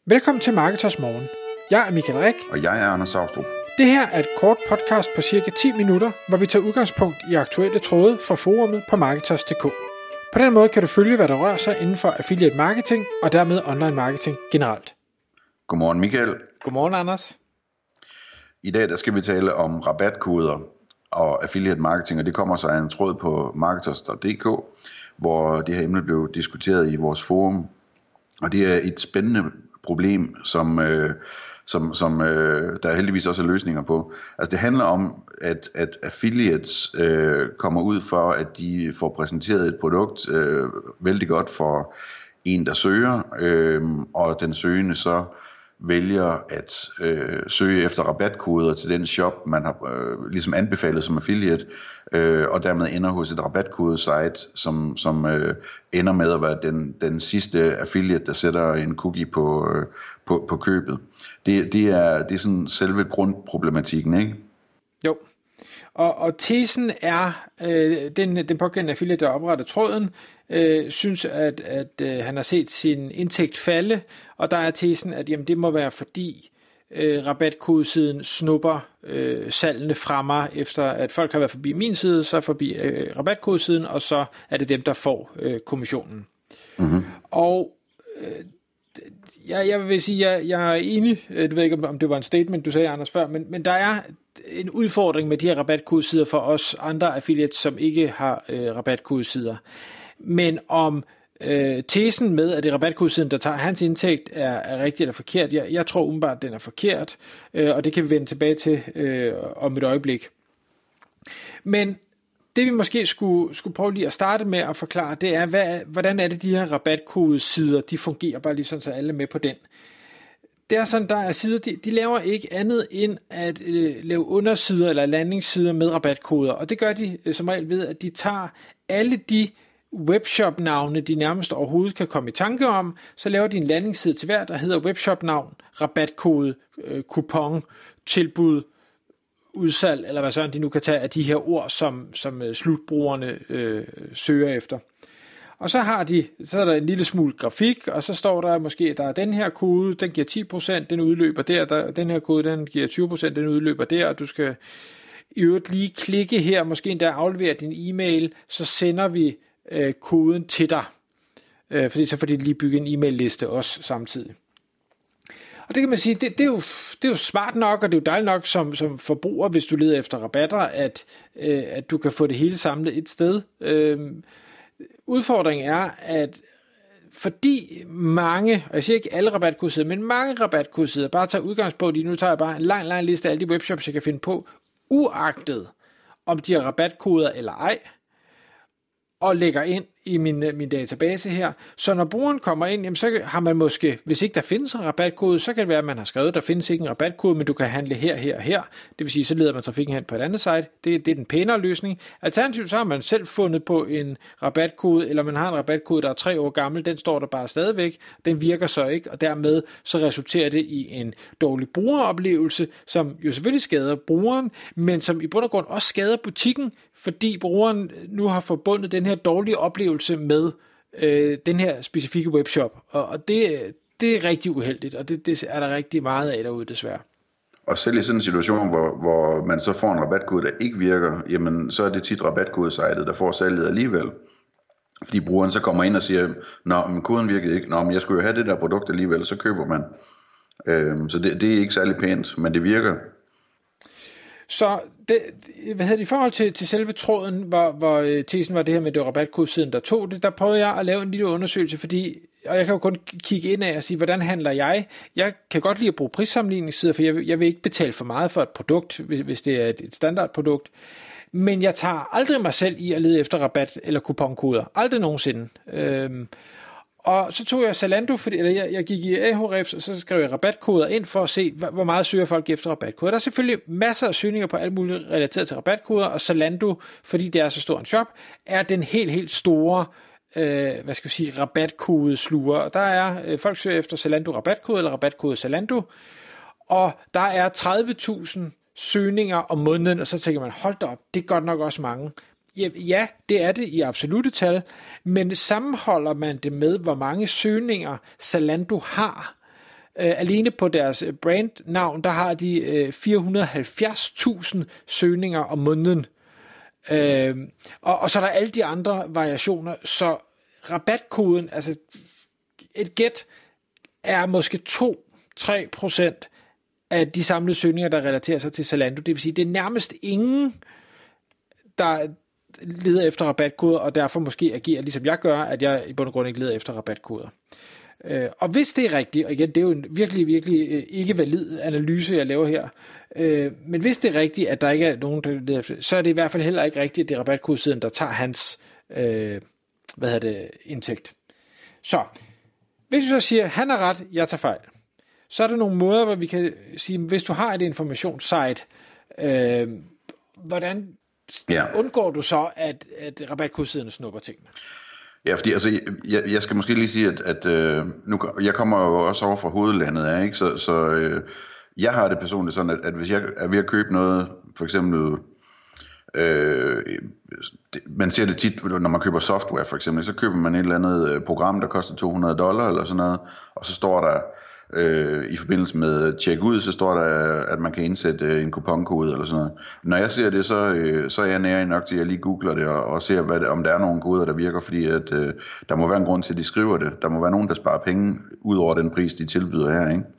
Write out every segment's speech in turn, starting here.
Velkommen til Marketers Morgen. Jeg er Michael Rik. Og jeg er Anders Saustrup. Det her er et kort podcast på cirka 10 minutter, hvor vi tager udgangspunkt i aktuelle tråde fra forumet på Marketers.dk. På den måde kan du følge, hvad der rører sig inden for affiliate marketing og dermed online marketing generelt. Godmorgen Michael. Godmorgen Anders. I dag der skal vi tale om rabatkoder og affiliate marketing, og det kommer så af en tråd på Marketers.dk, hvor det her emne blev diskuteret i vores forum. Og det er et spændende problem, som der heldigvis også er løsninger på. Altså det handler om, at affiliates kommer ud for, at de får præsenteret et produkt vældig godt for en, der søger, og den søgende så vælger at søge efter rabatkoder til den shop, man har ligesom anbefalet som affiliate, og dermed ender hos et rabatkodesite, som ender med at være den sidste affiliate, der sætter en cookie på købet. Det er sådan selve grundproblematikken, ikke? Jo. Og tesen er, den pågældende affiliate, der opretter tråden, synes, at han har set sin indtægt falde, og der er tesen, at jamen, det må være fordi rabatkodesiden snupper salgene fra mig, efter at folk har været forbi min side, så forbi rabatkodesiden, og så er det dem, der får kommissionen. Mm-hmm. Og jeg vil sige, jeg er enig, du ved ikke, om det var en statement, du sagde, Anders, før, men der er en udfordring med de her rabatkodesider for os andre affiliates, som ikke har rabatkodesider. Men om tesen med, at det er rabatkodesiden, der tager hans indtægt, er rigtig eller forkert, jeg tror umiddelbart, at den er forkert, og det kan vi vende tilbage til om et øjeblik. Men det vi måske skulle prøve lige at starte med at forklare, det er, hvordan er det, de her rabatkodesider, de fungerer, bare lige sådan, så alle er med på den. Det er sådan, der er sider, de laver ikke andet end at lave undersider eller landingssider med rabatkoder, og det gør de som regel ved, at de tager alle de webshop-navne, de nærmest overhovedet kan komme i tanke om, så laver de en landingsside til hver, der hedder webshop-navn, rabatkode, kupon, tilbud, udsalg, eller hvad sådan de nu kan tage af de her ord, som slutbrugerne søger efter. Og så er der en lille smule grafik, og så står der måske, at der er den her kode, den giver 10%, den udløber der, den her kode, den giver 20%, den udløber der, og du skal i øvrigt lige klikke her, måske endda aflevere din e-mail, så sender vi koden til dig, fordi så får de lige bygget en e-mail-liste også samtidig. Og det kan man sige, det er jo smart nok, og det er jo dejligt nok som forbruger, hvis du leder efter rabatter, at du kan få det hele samlet et sted. Udfordringen er, at fordi mange, og jeg siger ikke alle rabatkodesider, men mange rabatkodesider bare tager udgangspunkt i, nu tager jeg bare en lang liste af alle de webshops, jeg kan finde på, uagtet om de har rabatkoder eller ej, og lægger ind i min database her. Så når brugeren kommer ind, jamen, så har man måske, hvis ikke der findes en rabatkode, så kan det være, at man har skrevet, der findes ikke en rabatkode, men du kan handle her. Det vil sige, så leder man trafikken hen på et andet site. Det er den pænere løsning. Alternativt så har man selv fundet på en rabatkode, eller man har en rabatkode, der er 3 år gammel, den står der bare stadigvæk, den virker så ikke, og dermed så resulterer det i en dårlig brugeroplevelse, som jo selvfølgelig skader brugeren, men som i bund og grund også skader butikken, fordi brugeren nu har forbundet den her dårlige oplevelse med den her specifikke webshop, og det er rigtig uheldigt, og det er der rigtig meget af derude desværre. Og selv i sådan en situation, hvor man så får en rabatkode, der ikke virker, jamen så er det tit rabatkodesejtet, der får salget alligevel. Fordi brugeren så kommer ind og siger, nå, men koden virkede ikke, nå, men jeg skulle jo have det der produkt alligevel, så køber man. Så det er ikke særlig pænt, men det virker. Så i forhold til selve tråden, hvor tesen var det her med det rabatkodesiden, der tog det, der prøvede jeg at lave en lille undersøgelse, og jeg kan jo kun kigge ind af og sige, hvordan handler jeg? Jeg kan godt lide at bruge prissammenligningssider, for jeg vil ikke betale for meget for et produkt, hvis det er et standardprodukt. Men jeg tager aldrig mig selv i at lede efter rabat eller kuponkoder. Aldrig nogensinde. Og så tog jeg Zalando, jeg gik i Ahrefs, og så skrev jeg rabatkoder ind for at se, hvor meget søger folk efter rabatkoder. Der er selvfølgelig masser af søgninger på alt muligt relateret til rabatkoder, og Zalando, fordi det er så stor en shop, er den helt store rabatkodesluger. Og der er, folk søger efter Zalando rabatkode, eller rabatkode Zalando, og der er 30.000 søgninger om måneden, og så tænker man, hold da op, det er godt nok også mange. Ja, det er det i absolutte tal, men sammenholder man det med, hvor mange søgninger Zalando har, Alene på deres brandnavn, der har de 470.000 søgninger om måneden. Og så er der alle de andre variationer, så rabatkoden, altså et gæt, er måske 2-3% af de samlede søgninger, der relaterer sig til Zalando. Det vil sige, det er nærmest ingen, der leder efter rabatkoder, og derfor måske agerer, ligesom jeg gør, at jeg i bund og grund ikke leder efter rabatkoder. Og hvis det er rigtigt, og igen, det er jo en virkelig, virkelig ikke valid analyse, jeg laver her, men hvis det er rigtigt, at der ikke er nogen, der leder efter, så er det i hvert fald heller ikke rigtigt, at det er rabatkodesiden, der tager hans indtægt. Så, hvis vi så siger, han er ret, jeg tager fejl, så er der nogle måder, hvor vi kan sige, hvis du har et informationssite, hvordan undgår du så, at rabatkodesiden snupper tingene? Ja, fordi altså, jeg skal måske lige sige, at nu, jeg kommer jo også over fra hovedlandet af, ikke? Så jeg har det personligt sådan, at hvis jeg er ved at købe noget, for eksempel, man ser det tit, når man køber software for eksempel, så køber man et eller andet program, der koster $200 eller sådan noget, og så står der, i forbindelse med tjek ud, så står der, at man kan indsætte en kuponkode eller sådan noget. Når jeg ser det, så er jeg nær nok til, at jeg lige googler det og ser, om der er nogle koder, der virker, fordi at, der må være en grund til, at de skriver det. Der må være nogen, der sparer penge ud over den pris, de tilbyder her, ikke?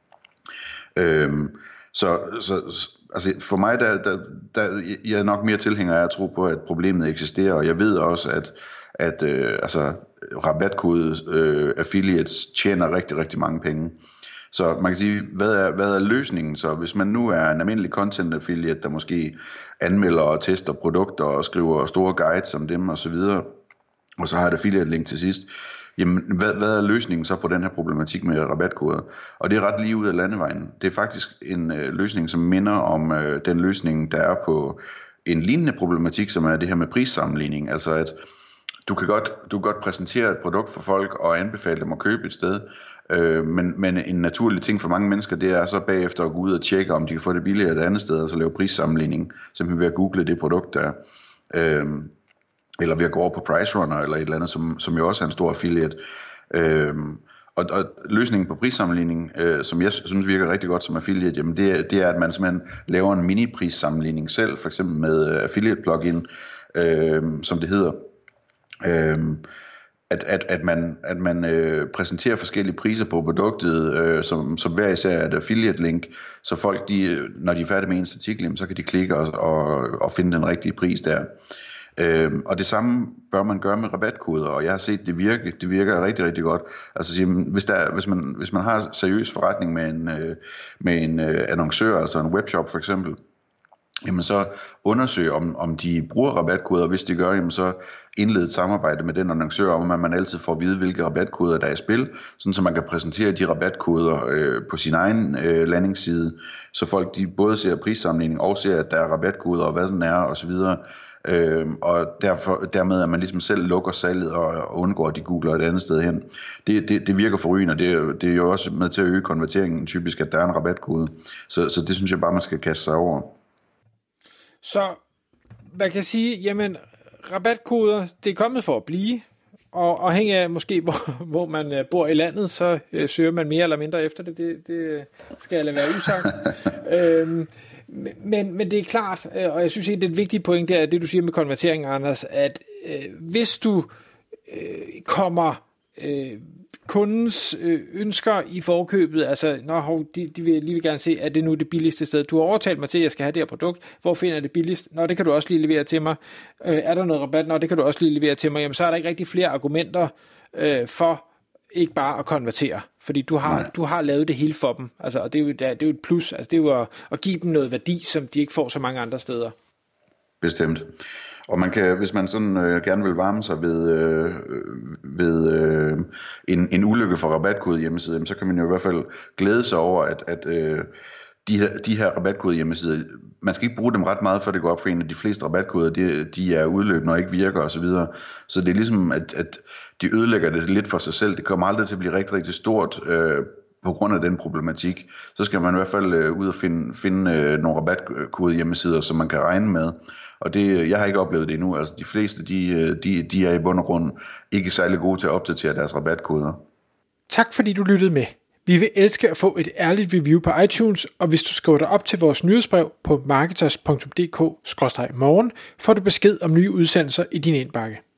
Så altså for mig, jeg er nok mere tilhænger af at tro på, at problemet eksisterer, og jeg ved også, at altså rabatkode affiliates tjener rigtig, rigtig mange penge. Så man kan sige, hvad er løsningen så? Hvis man nu er en almindelig content affiliate, der måske anmelder og tester produkter og skriver store guides om dem osv., og så har et affiliate link til sidst, jamen hvad er løsningen så på den her problematik med rabatkoder? Og det er ret lige ud af landevejen. Det er faktisk en løsning, som minder om den løsning, der er på en lignende problematik, som er det her med prissammenligning. Altså at du kan godt præsentere et produkt for folk og anbefale dem at købe et sted, men en naturlig ting for mange mennesker, det er så bagefter at gå ud og tjekke, om de kan få det billigere et andet sted, og så lave prissammenligning, simpelthen ved at google det produkt der, eller ved at gå over på PriceRunner eller et eller andet, som jo også er en stor affiliate. Og løsningen på prissammenligning, som jeg synes virker rigtig godt som affiliate, jamen det er, at man simpelthen laver en mini-prissammenligning selv, for eksempel med affiliate plugin, som det hedder. At man præsenterer forskellige priser på produktet, som hver især er et affiliate link, så folk, når de er færdige med en artikel, så kan de klikke og finde den rigtige pris der. Og det samme bør man gøre med rabatkoder, og jeg har set det virke. Det virker rigtig, rigtig godt. Altså hvis man har seriøs forretning med en annoncør, altså en webshop for eksempel, jamen så undersøg om de bruger rabatkoder, hvis de gør, jamen så indled et samarbejde med den annoncør om, at man altid får at vide, hvilke rabatkoder der er i spil, sådan så man kan præsentere de rabatkoder på sin egen landingsside, så folk de både ser prissammenligning og ser, at der er rabatkoder og hvad den er osv., og dermed at man ligesom selv lukker salget og undgår, at de googler et andet sted hen. Det virker forrygende, og det er jo også med til at øge konverteringen typisk, at der er en rabatkode, så det synes jeg bare, man skal kaste sig over. Så man kan sige, jamen rabatkoder, det er kommet for at blive, og afhængig af måske, hvor man bor i landet, så søger man mere eller mindre efter det. Det skal jeg lade være usagt. Men det er klart, og jeg synes egentlig, det er et vigtigt point, det er det, du siger med konvertering, Anders, at hvis du kommer kundens ønsker i forkøbet, altså de vil gerne se, at det nu er det billigste sted. Du har overtalt mig til, at jeg skal have det her produkt. Hvor finder jeg det billigst? Det kan du også lige levere til mig. Er der noget rabat? Det kan du også lige levere til mig. Jamen, så er der ikke rigtig flere argumenter for ikke bare at konvertere, fordi du har lavet det hele for dem. Altså, og det er jo et plus. Altså, det er jo at give dem noget værdi, som de ikke får så mange andre steder. Bestemt. Og man kan, hvis man sådan gerne vil varme sig ved en ulykke for rabatkode hjemmeside, så kan man jo i hvert fald glæde sig over, at de her rabatkode hjemmesider, man skal ikke bruge dem ret meget, før det går op for en af de fleste rabatkoder, de er udløbende og ikke virker osv. Så det er ligesom, at de ødelægger det lidt for sig selv. Det kommer aldrig til at blive rigtig, rigtig stort på grund af den problematik. Så skal man i hvert fald ud og finde nogle rabatkode hjemmesider, som man kan regne med. Og jeg har ikke oplevet det endnu. Altså de fleste, de er i bund og grund ikke særlig gode til at opdatere deres rabatkoder. Tak fordi du lyttede med. Vi vil elske at få et ærligt review på iTunes, og hvis du skriver dig op til vores nyhedsbrev på marketers.dk/morgen, får du besked om nye udsendelser i din indbakke.